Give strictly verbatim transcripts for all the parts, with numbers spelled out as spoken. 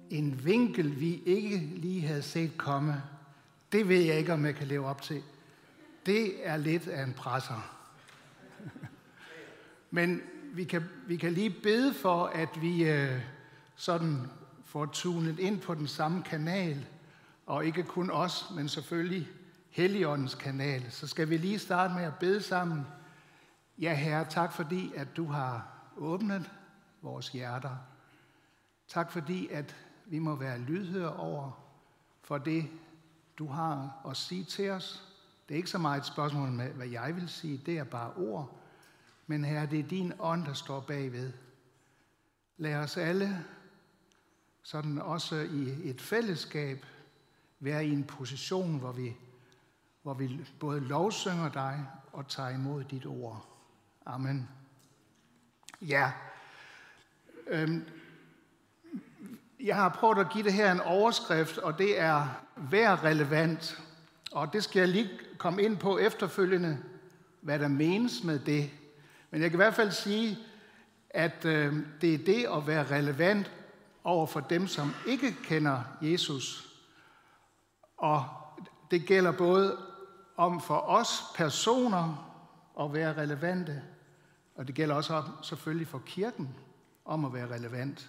en vinkel, vi ikke lige havde set komme, det ved jeg ikke, om jeg kan leve op til. Det er lidt af en presser. Men vi kan, vi kan lige bede for, at vi øh, sådan får tunet ind på den samme kanal, og ikke kun os, men selvfølgelig Helligåndens kanal. Så skal vi lige starte med at bede sammen. Ja, Herre, tak fordi, at du har åbnet vores hjerter. Tak fordi, at vi må være lydhøre over for det, du har at sige til os. Det er ikke så meget et spørgsmål med, hvad jeg vil sige, det er bare ord. Men Herre, det er din ånd, der står bagved. Lad os alle, sådan også i et fællesskab, være i en position, hvor vi, hvor vi både lovsynger dig og tager imod dit ord. Amen. Ja, øhm, jeg har prøvet at give det her en overskrift, og det er vær relevant. Og det skal jeg lige komme ind på efterfølgende, hvad der menes med det. Men jeg kan i hvert fald sige, at øh, det er det at være relevant over for dem, som ikke kender Jesus. Og det gælder både om for os personer at være relevante, og det gælder også selvfølgelig for kirken om at være relevant.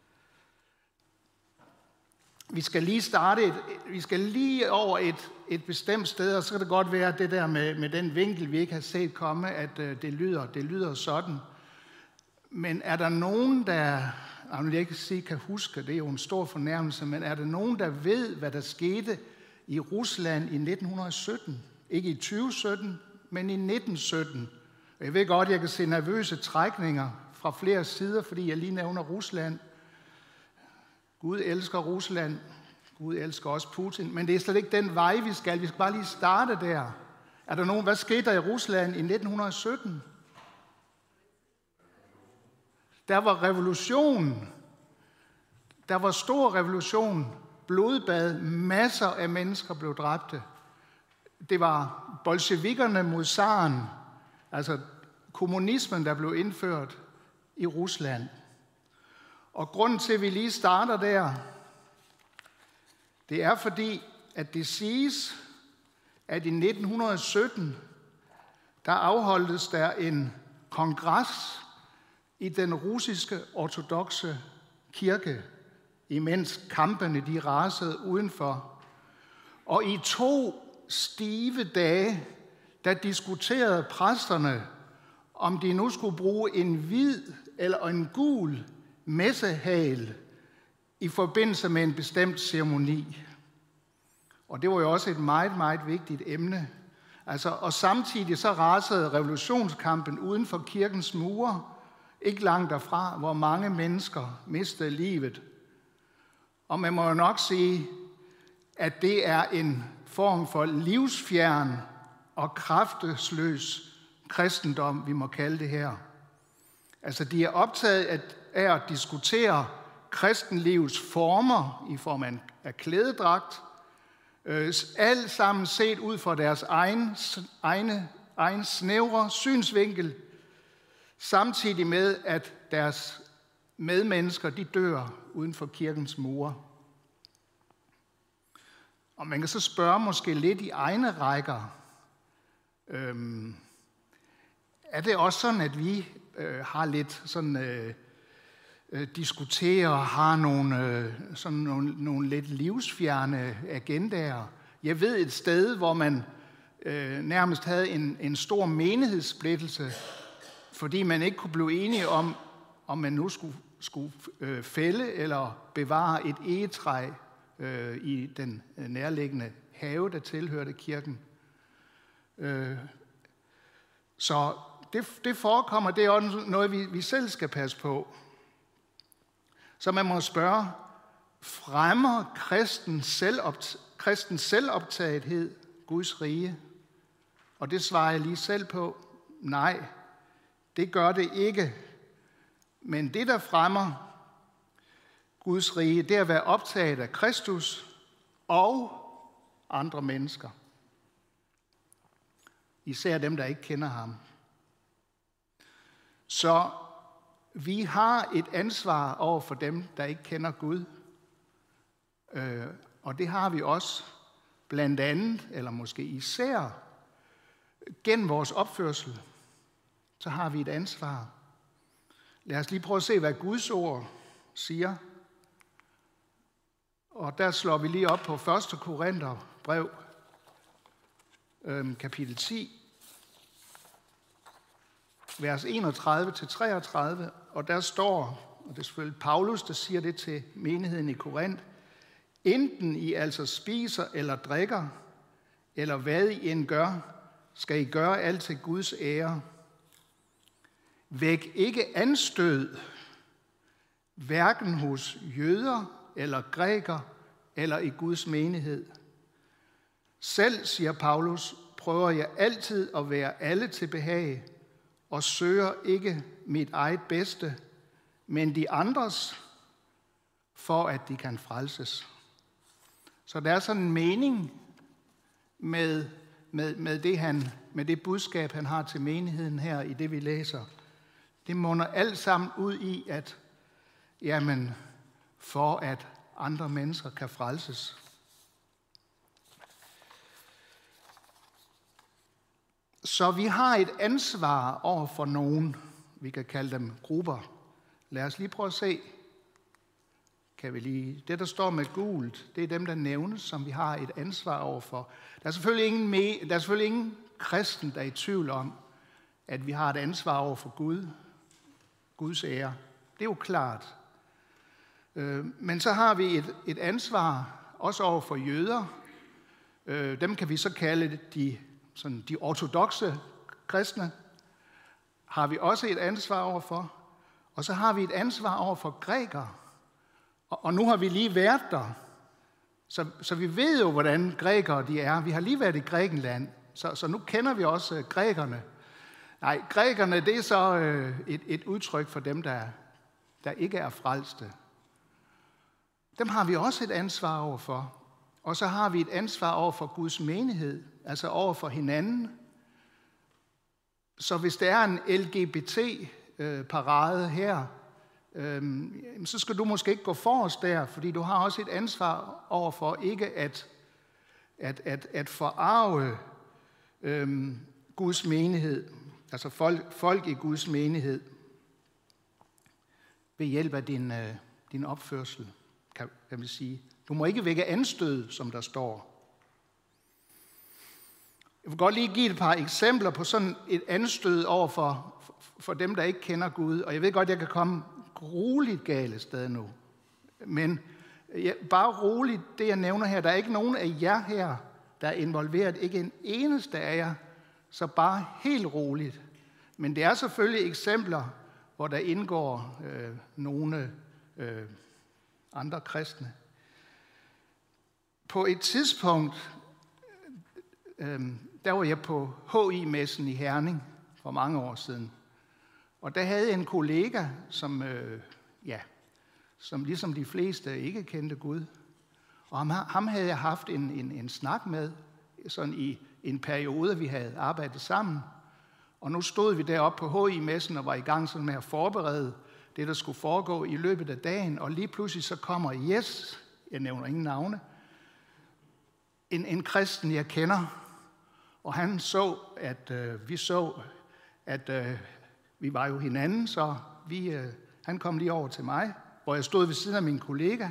Vi skal lige starte, et, vi skal lige over et, et bestemt sted, og så kan det godt være det der med, med den vinkel, vi ikke har set komme, at øh, det, lyder, det lyder sådan. Men er der nogen, der, jeg vil ikke sige, kan huske, det er jo en stor fornærmelse, men er der nogen, der ved, hvad der skete i Rusland i nitten sytten? Ikke i tyve sytten, men i nitten sytten. Og jeg ved godt, jeg kan se nervøse trækninger fra flere sider, fordi jeg lige nævner Rusland. Gud elsker Rusland. Gud elsker også Putin. Men det er slet ikke den vej, vi skal. Vi skal bare lige starte der. Er der nogen, hvad skete der i Rusland i nitten sytten? Der var revolution. Der var stor revolution. Blodbad. Masser af mennesker blev dræbte. Det var bolsjevikkerne mod zaren. Altså kommunismen, der blev indført i Rusland. Og grunden til, at vi lige starter der, det er fordi, at det siges, at i nitten sytten, der afholdtes der en kongres i den russiske ortodokse kirke, imens kampene de rasede udenfor. Og i to stive dage, der diskuterede præsterne, om de nu skulle bruge en hvid eller en gul messehal i forbindelse med en bestemt ceremoni. Og det var jo også et meget, meget vigtigt emne. Altså, og samtidig så rasede revolutionskampen uden for kirkens mure, ikke langt derfra, hvor mange mennesker mistede livet. Og man må jo nok sige, at det er en form for livsfjern og kraftesløs kristendom, vi må kalde det her. Altså, de er optaget af at diskutere kristenlivets former i form af, af klædedragt, øh, alt sammen set ud fra deres egen, egne, egen snævre synsvinkel, samtidig med, at deres medmennesker, de dør uden for kirkens mure. Og man kan så spørge måske lidt i egne rækker, øhm, er det også sådan, at vi øh, har lidt sådan øh, øh, diskuterer og har nogle, øh, sådan nogle, nogle lidt livsfjerne agendaer? Jeg ved et sted, hvor man øh, nærmest havde en, en stor menighedssplittelse, fordi man ikke kunne blive enige om, om man nu skulle, skulle øh, fælde eller bevare et egetræ øh, i den nærliggende have, der tilhørte kirken. Øh, så det, det forekommer, det er også noget, vi, vi selv skal passe på. Så man må spørge, fremmer kristens selvopt, kristens selvoptagethed Guds rige? Og det svarer jeg lige selv på. Nej, det gør det ikke. Men det, der fremmer Guds rige, det er at være optaget af Kristus og andre mennesker. Især dem, der ikke kender ham. Så vi har et ansvar over for dem, der ikke kender Gud. Øh, og det har vi også blandt andet, eller måske især, gennem vores opførsel, så har vi et ansvar. Lad os lige prøve at se, hvad Guds ord siger. Og der slår vi lige op på første Korintherbrev, kapitel ti, vers enogtredive til treogtredive, og der står, og det er selvfølgelig Paulus, der siger det til menigheden i Korinth: enten I altså spiser eller drikker, eller hvad I end gør, skal I gøre alt til Guds ære. Væk ikke anstød, hverken hos jøder eller græker eller i Guds menighed. Selv, siger Paulus, prøver jeg altid at være alle til behag, og søger ikke mit eget bedste, men de andres, for at de kan frelses. Så der er sådan en mening med, med, med, det, han, med det budskab, han har til menigheden her i det, vi læser. Det munder alt sammen ud i, at jamen, for at andre mennesker kan frelses. Så vi har et ansvar over for nogen. Vi kan kalde dem grupper. Lad os lige prøve at se. Kan vi lige... Det, der står med gult, det er dem, der nævnes, som vi har et ansvar over for. Der er selvfølgelig ingen, med... der er selvfølgelig ingen kristen, der er i tvivl om, at vi har et ansvar over for Gud. Guds ære. Det er jo klart. Men så har vi et, et ansvar også over for jøder. Dem kan vi så kalde de, sådan, de ortodokse kristne. Har vi også et ansvar over for. Og så har vi et ansvar over for grækere. Og, og nu har vi lige været der. Så, så vi ved jo, hvordan grækere de er. Vi har lige været i Grækenland. Så, så nu kender vi også grækerne. Nej, grækerne, det er så øh, et, et udtryk for dem, der, der ikke er frelste. Dem har vi også et ansvar over for. Og så har vi et ansvar over for Guds menighed, altså over for hinanden. Så hvis der er en L G B T-parade her, øh, så skal du måske ikke gå forrest der, fordi du har også et ansvar over for ikke at, at, at, at forarve øh, Guds menighed, altså folk, folk i Guds menighed, ved hjælp af din, øh, din opførsel, kan, kan vi sige. Du må ikke vække anstød, som der står. Jeg vil godt lige give et par eksempler på sådan et anstød over for, for, for dem, der ikke kender Gud. Og jeg ved godt, jeg kan komme grueligt galt et sted nu. Men ja, bare roligt, det jeg nævner her, der er ikke nogen af jer her, der er involveret. Ikke en eneste af jer. Så bare helt roligt. Men det er selvfølgelig eksempler, hvor der indgår øh, nogle øh, andre kristne. På et tidspunkt, øh, der var jeg på H I-messen i Herning for mange år siden. Og der havde jeg en kollega, som, øh, ja, som ligesom de fleste ikke kendte Gud. Og ham, ham havde jeg haft en, en, en snak med, sådan i en periode, vi havde arbejdet sammen. Og nu stod vi deroppe på H I-messen og var i gang sådan med at forberede det, der skulle foregå i løbet af dagen. Og lige pludselig så kommer Jes, jeg nævner ingen navne, en, en kristen, jeg kender. Og han så, at øh, vi så, at øh, vi var jo hinanden, så vi, øh, han kom lige over til mig, hvor jeg stod ved siden af min kollega.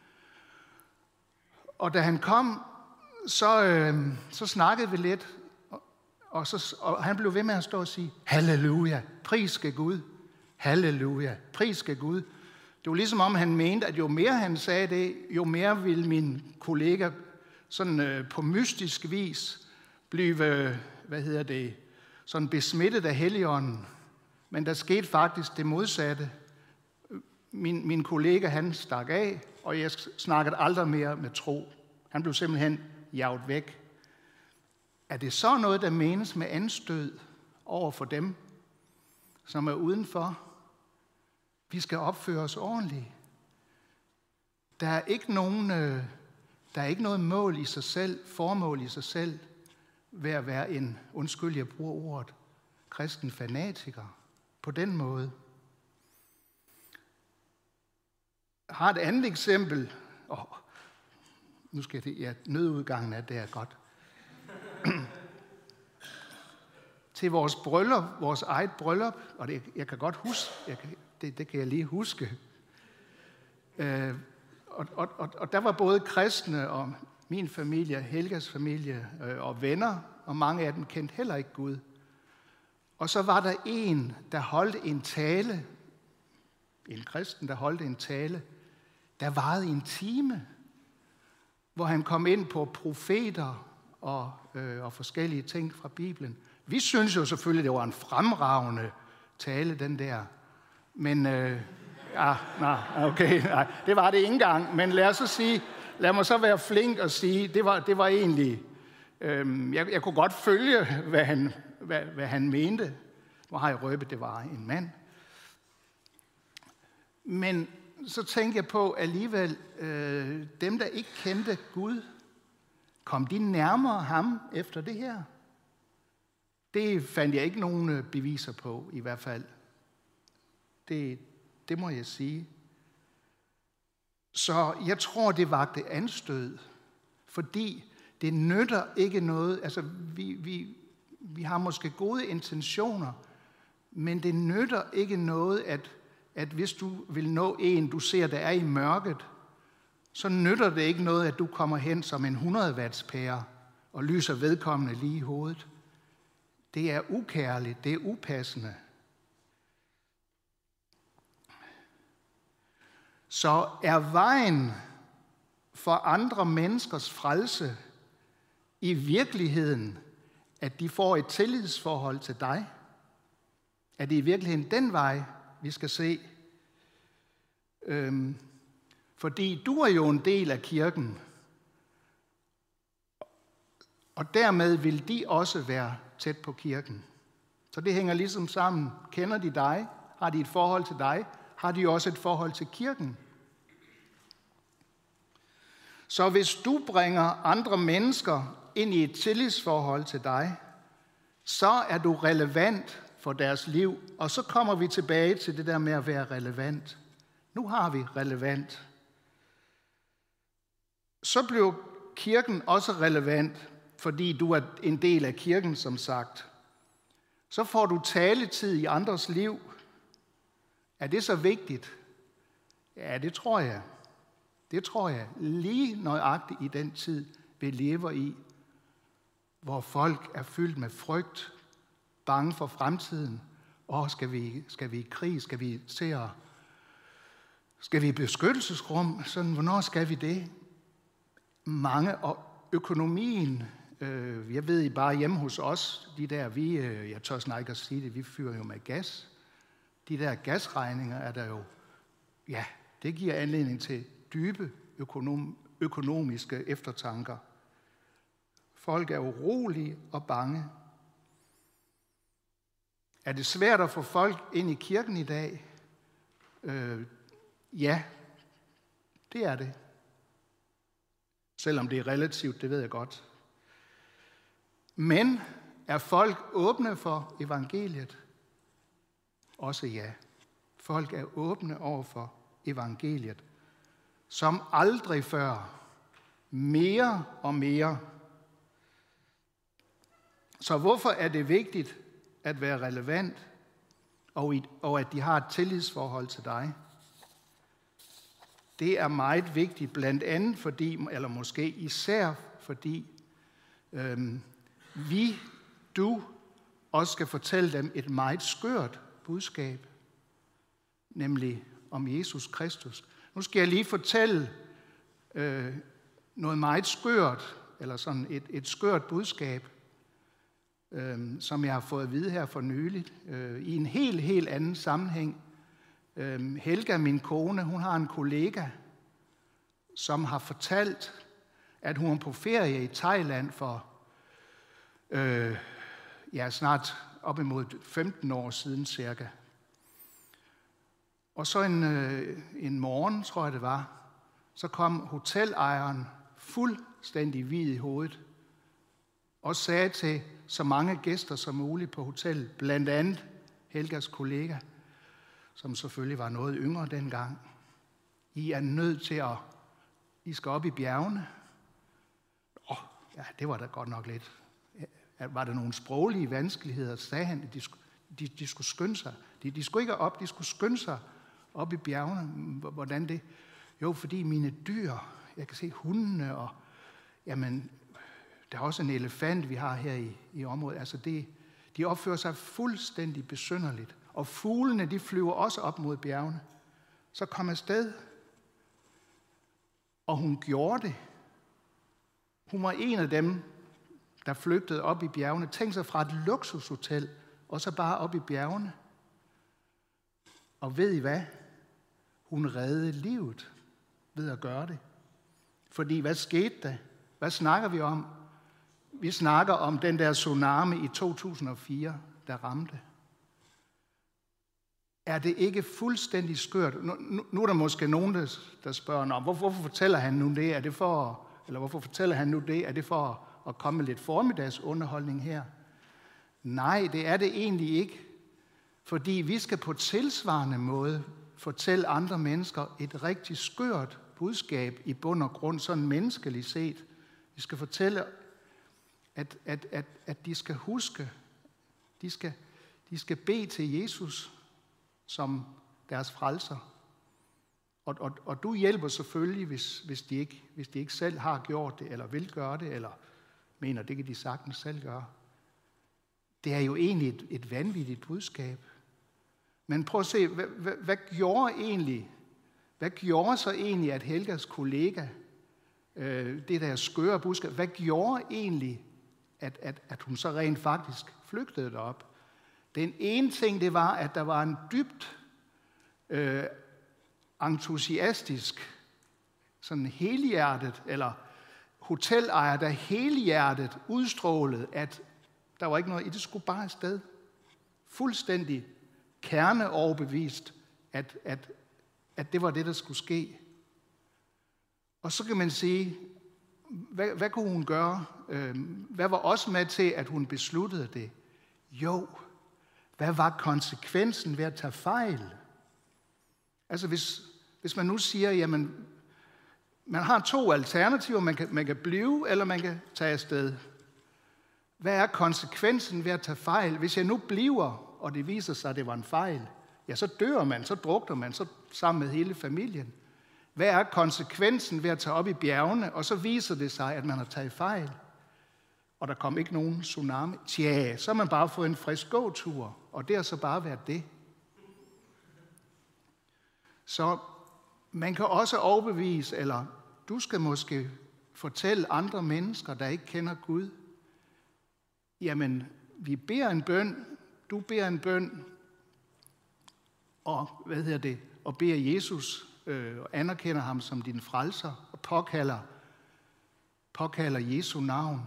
Og da han kom, så, øh, så snakkede vi lidt, og, og, så, og han blev ved med at stå og sige, halleluja, pris skal Gud, halleluja, pris skal Gud. Det var ligesom om han mente, at jo mere han sagde det, jo mere ville min kollega sådan øh, på mystisk vis blive, øh, hvad hedder det, sådan besmittet af Helligånden. Men der skete faktisk det modsatte. Min, min kollega, han stak af, og jeg snakkede aldrig mere med tro. Han blev simpelthen jaget væk. Er det så noget, der menes med anstød over for dem, som er udenfor? Vi skal opføre os ordentligt. Der er ikke nogen, der er ikke noget mål i sig selv, formål i sig selv, ved at være en, undskyld, jeg bruger ordet, kristen fanatiker. På den måde. Jeg har et andet eksempel. Oh, nu skal det, ja, nødudgangen er der godt. Til vores bryllup, vores eget bryllup, og det, jeg kan godt huske, jeg kan, det, det kan jeg lige huske. Øh, og, og, og, og der var både kristne og min familie, Helgas familie øh, og venner, og mange af dem kendte heller ikke Gud. Og så var der en, der holdt en tale, en kristen, der holdt en tale, der varede en time, hvor han kom ind på profeter og, øh, og forskellige ting fra Bibelen. Vi synes jo selvfølgelig, det var en fremragende tale, den der. Men, øh, ja, nej, okay, nej, det var det ikke engang. Men lad os så sige, lad mig så være flink og sige, det var, det var egentlig, øh, jeg, jeg kunne godt følge, hvad han, hvad, hvad han mente. Nu har jeg røbet, det var en mand. Men så tænkte jeg på alligevel, øh, dem der ikke kendte Gud, kom de nærmere ham efter det her? Det fandt jeg ikke nogen beviser på, i hvert fald. Det, det må jeg sige. Så jeg tror, det vagte anstød, fordi det nytter ikke noget. Altså, vi, vi, vi har måske gode intentioner, men det nytter ikke noget, at, at hvis du vil nå en, du ser, der er i mørket, så nytter det ikke noget, at du kommer hen som en hundrede watts pære og lyser vedkommende lige i hovedet. Det er ukærligt, det er upassende. Så er vejen for andre menneskers frelse i virkeligheden, at de får et tillidsforhold til dig? Er det i virkeligheden den vej, vi skal se? Øhm, fordi du er jo en del af kirken, og dermed vil de også være tæt på kirken. Så det hænger ligesom sammen. Kender de dig? Har de et forhold til dig? Har de også et forhold til kirken? Så hvis du bringer andre mennesker ind i et tillidsforhold til dig, så er du relevant for deres liv. Og så kommer vi tilbage til det der med at være relevant. Nu har vi relevant. Så blev kirken også relevant, fordi du er en del af kirken, som sagt. Så får du taletid i andres liv. Er det så vigtigt? Ja, det tror jeg. Det tror jeg. Lige nøjagtigt i den tid, vi lever i, hvor folk er fyldt med frygt, bange for fremtiden. Åh, skal vi, skal vi i krig? Skal vi se Skal vi i beskyttelsesrum? Sådan, hvornår skal vi det? Mange, og økonomien, øh, jeg ved bare hjemme hos os, de der, vi, øh, jeg tør snart ikke at sige det, vi fyrer jo med gas. De der gasregninger er der jo, ja, det giver anledning til dybe økonom, økonomiske eftertanker. Folk er urolige og bange. Er det svært at få folk ind i kirken i dag? Øh, ja, det er det. Selvom det er relativt, det ved jeg godt. Men er folk åbne for evangeliet? Også ja. Folk er åbne over for evangeliet. Som aldrig før. Mere og mere. Så hvorfor er det vigtigt at være relevant, og at de har et tillidsforhold til dig? Det er meget vigtigt, blandt andet fordi, eller måske især fordi, øhm, vi, du, også skal fortælle dem et meget skørt budskab, nemlig om Jesus Kristus. Nu skal jeg lige fortælle øh, noget meget skørt, eller sådan et, et skørt budskab, øh, som jeg har fået at vide her for nyligt, øh, i en helt, helt anden sammenhæng. Øh, Helga, min kone, hun har en kollega, som har fortalt, at hun er på ferie i Thailand for øh, ja, snart op imod femten år siden cirka. Og så en, øh, en morgen, tror jeg det var, så kom hotelejeren fuldstændig hvid i hovedet og sagde til så mange gæster som muligt på hotellet, blandt andet Helgas kollega, som selvfølgelig var noget yngre dengang. I er nødt til at, I skal op i bjergene, ja, det var da godt nok lidt. Var der nogle sproglige vanskeligheder, sagde han, at de, de, de skulle skynde sig. De, de skulle ikke op, de skulle skynde sig op i bjergene. Hvordan det? Jo, fordi mine dyr, jeg kan se hundene, og jamen, der er også en elefant, vi har her i, i området. Altså det, de opfører sig fuldstændig besynderligt. Og fuglene, de flyver også op mod bjergene. Så kom afsted. Og hun gjorde det. Hun var en af dem, der flygtede op i bjergene. Tænk sig fra et luksushotel, og så bare op i bjergene. Og ved I hvad? Hun reddede livet ved at gøre det. Fordi hvad skete der? Hvad snakker vi om? Vi snakker om den der tsunami i to tusind og fire, der ramte. Er det ikke fuldstændig skørt? Nu, nu, nu er der måske nogen, der, der spørger, om hvorfor, hvorfor fortæller han nu det? Er det for, eller hvorfor fortæller han nu det? Er det for at komme med lidt formiddagsunderholdning her? Nej, det er det egentlig ikke. Fordi vi skal på tilsvarende måde fortælle andre mennesker et rigtig skørt budskab i bund og grund, sådan menneskeligt set. Vi skal fortælle, at, at, at, at de skal huske, de skal, de skal bede til Jesus som deres frelser. Og, og, og du hjælper selvfølgelig, hvis, hvis, de ikke, hvis de ikke selv har gjort det, eller vil gøre det, eller mener, det kan de sagtens selv gøre. Det er jo egentlig et, et vanvittigt budskab. Men prøv at se, hvad, hvad, hvad gjorde egentlig, hvad gjorde så egentlig, at Helgas kollega, øh, det der skøre budskab, hvad gjorde egentlig, at, at, at hun så rent faktisk flygtede derop? Den ene ting, det var, at der var en dybt øh, entusiastisk, sådan helhjertet, eller hotelejer, der helhjertet udstrålede, at der var ikke noget i det, skulle bare afsted. Fuldstændig kerneoverbevist, at, at, at det var det, der skulle ske. Og så kan man sige, hvad, hvad kunne hun gøre? Hvad var også med til, at hun besluttede det? Jo, hvad var konsekvensen ved at tage fejl? Altså hvis, hvis man nu siger, jamen, man har to alternativer, man kan, man kan blive, eller man kan tage afsted. Hvad er konsekvensen ved at tage fejl? Hvis jeg nu bliver, og det viser sig, at det var en fejl, ja, så dør man, så drukner man, så sammen med hele familien. Hvad er konsekvensen ved at tage op i bjergene, og så viser det sig, at man har taget fejl, og der kom ikke nogen tsunami? Tja, så har man bare fået en frisk gåtur, og det har så bare været det. Så man kan også overbevise, eller du skal måske fortælle andre mennesker, der ikke kender Gud, jamen, vi beder en bøn, du beder en bøn, og hvad hedder det, og beder Jesus, øh, og anerkender ham som din frelser, og påkalder, påkalder Jesu navn.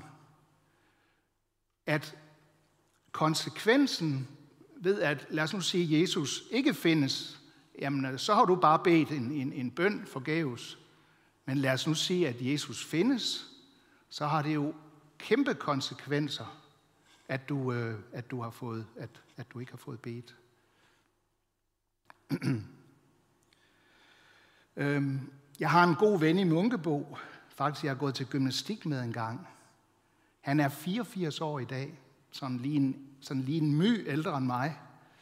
At konsekvensen ved, at, lad os nu sige, Jesus ikke findes, jamen, så har du bare bedt en, en, en bøn forgæves. Men lad os nu sige, at Jesus findes, så har det jo kæmpe konsekvenser, at du, øh, at du, har fået, at, at du ikke har fået bedt. øhm, jeg har en god ven i Munkebo. Faktisk, jeg har gået til gymnastik med en gang. Han er fireogfirs år i dag. Sådan lige en, sådan lige en my ældre end mig.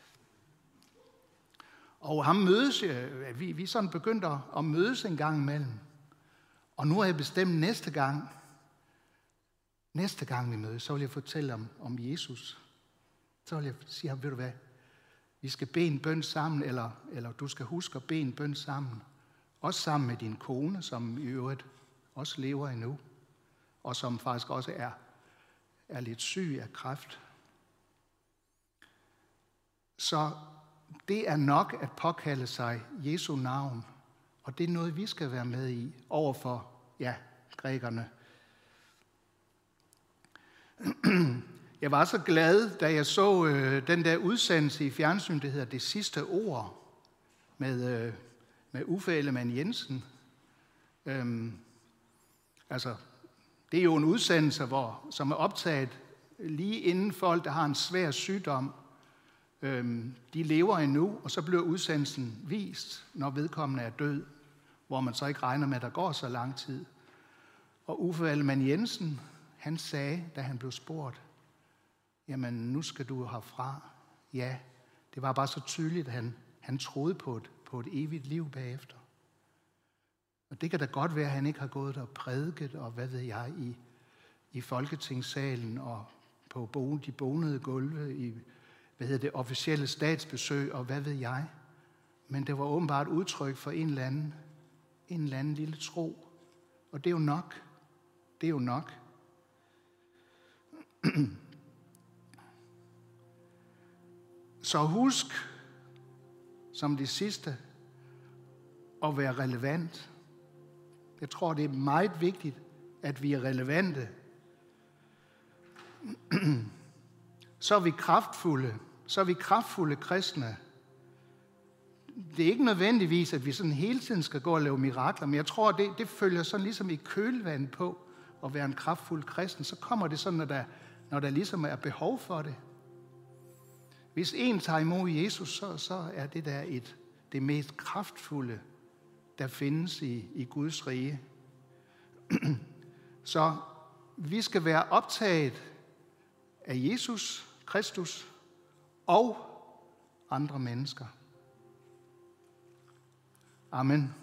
Og ham mødes, øh, vi, vi er sådan begyndt at, at mødes en gang imellem. Og nu har jeg bestemt næste gang, Næste gang vi mødes, så vil jeg fortælle om, om Jesus. Så vil jeg sige ham, ved du hvad, vi skal bede en bøn sammen, eller, eller du skal huske at bede en bøn sammen. Også sammen med din kone, som i øvrigt også lever endnu, og som faktisk også er, er lidt syg af kræft. Så det er nok at påkalde sig Jesu navn, og det er noget, vi skal være med i overfor, ja, grækerne. Jeg var så glad, da jeg så øh, den der udsendelse i fjernsyn, der hedder Det Sidste Ord, med, øh, med Uffe Ellemann Jensen. Øhm, altså, det er jo en udsendelse, hvor, som er optaget lige inden folk, der har en svær sygdom, øhm, de lever endnu, og så bliver udsendelsen vist, når vedkommende er død, hvor man så ikke regner med, at der går så lang tid. Og Uffe Ellemann Jensen, han sagde, da han blev spurgt, jamen nu skal du herfra. Ja, det var bare så tydeligt, at han, han troede på et, på et evigt liv bagefter. Og det kan da godt være, at han ikke har gået der og prædiket, og hvad ved jeg, i, i Folketingssalen og på bon, de bonede gulve, i hvad hedder det, officielle statsbesøg, og hvad ved jeg. Men det var åbenbart udtryk for en eller anden, en eller anden lille tro. Og det er jo nok. Det er jo nok. Så husk, som det sidste, at være relevant. Jeg tror, det er meget vigtigt, at vi er relevante. Så er vi kraftfulde. Så er vi kraftfulde kristne. Det er ikke nødvendigvis, at vi sådan hele tiden skal gå og lave mirakler, men jeg tror, det, det følger sådan ligesom i kølvand på at være en kraftfuld kristen. Så kommer det sådan, når der, når der ligesom er behov for det. Hvis en tager imod Jesus, så, så er det der et, det mest kraftfulde, der findes i, i Guds rige. Så vi skal være optaget af Jesus Kristus og andre mennesker. Amen.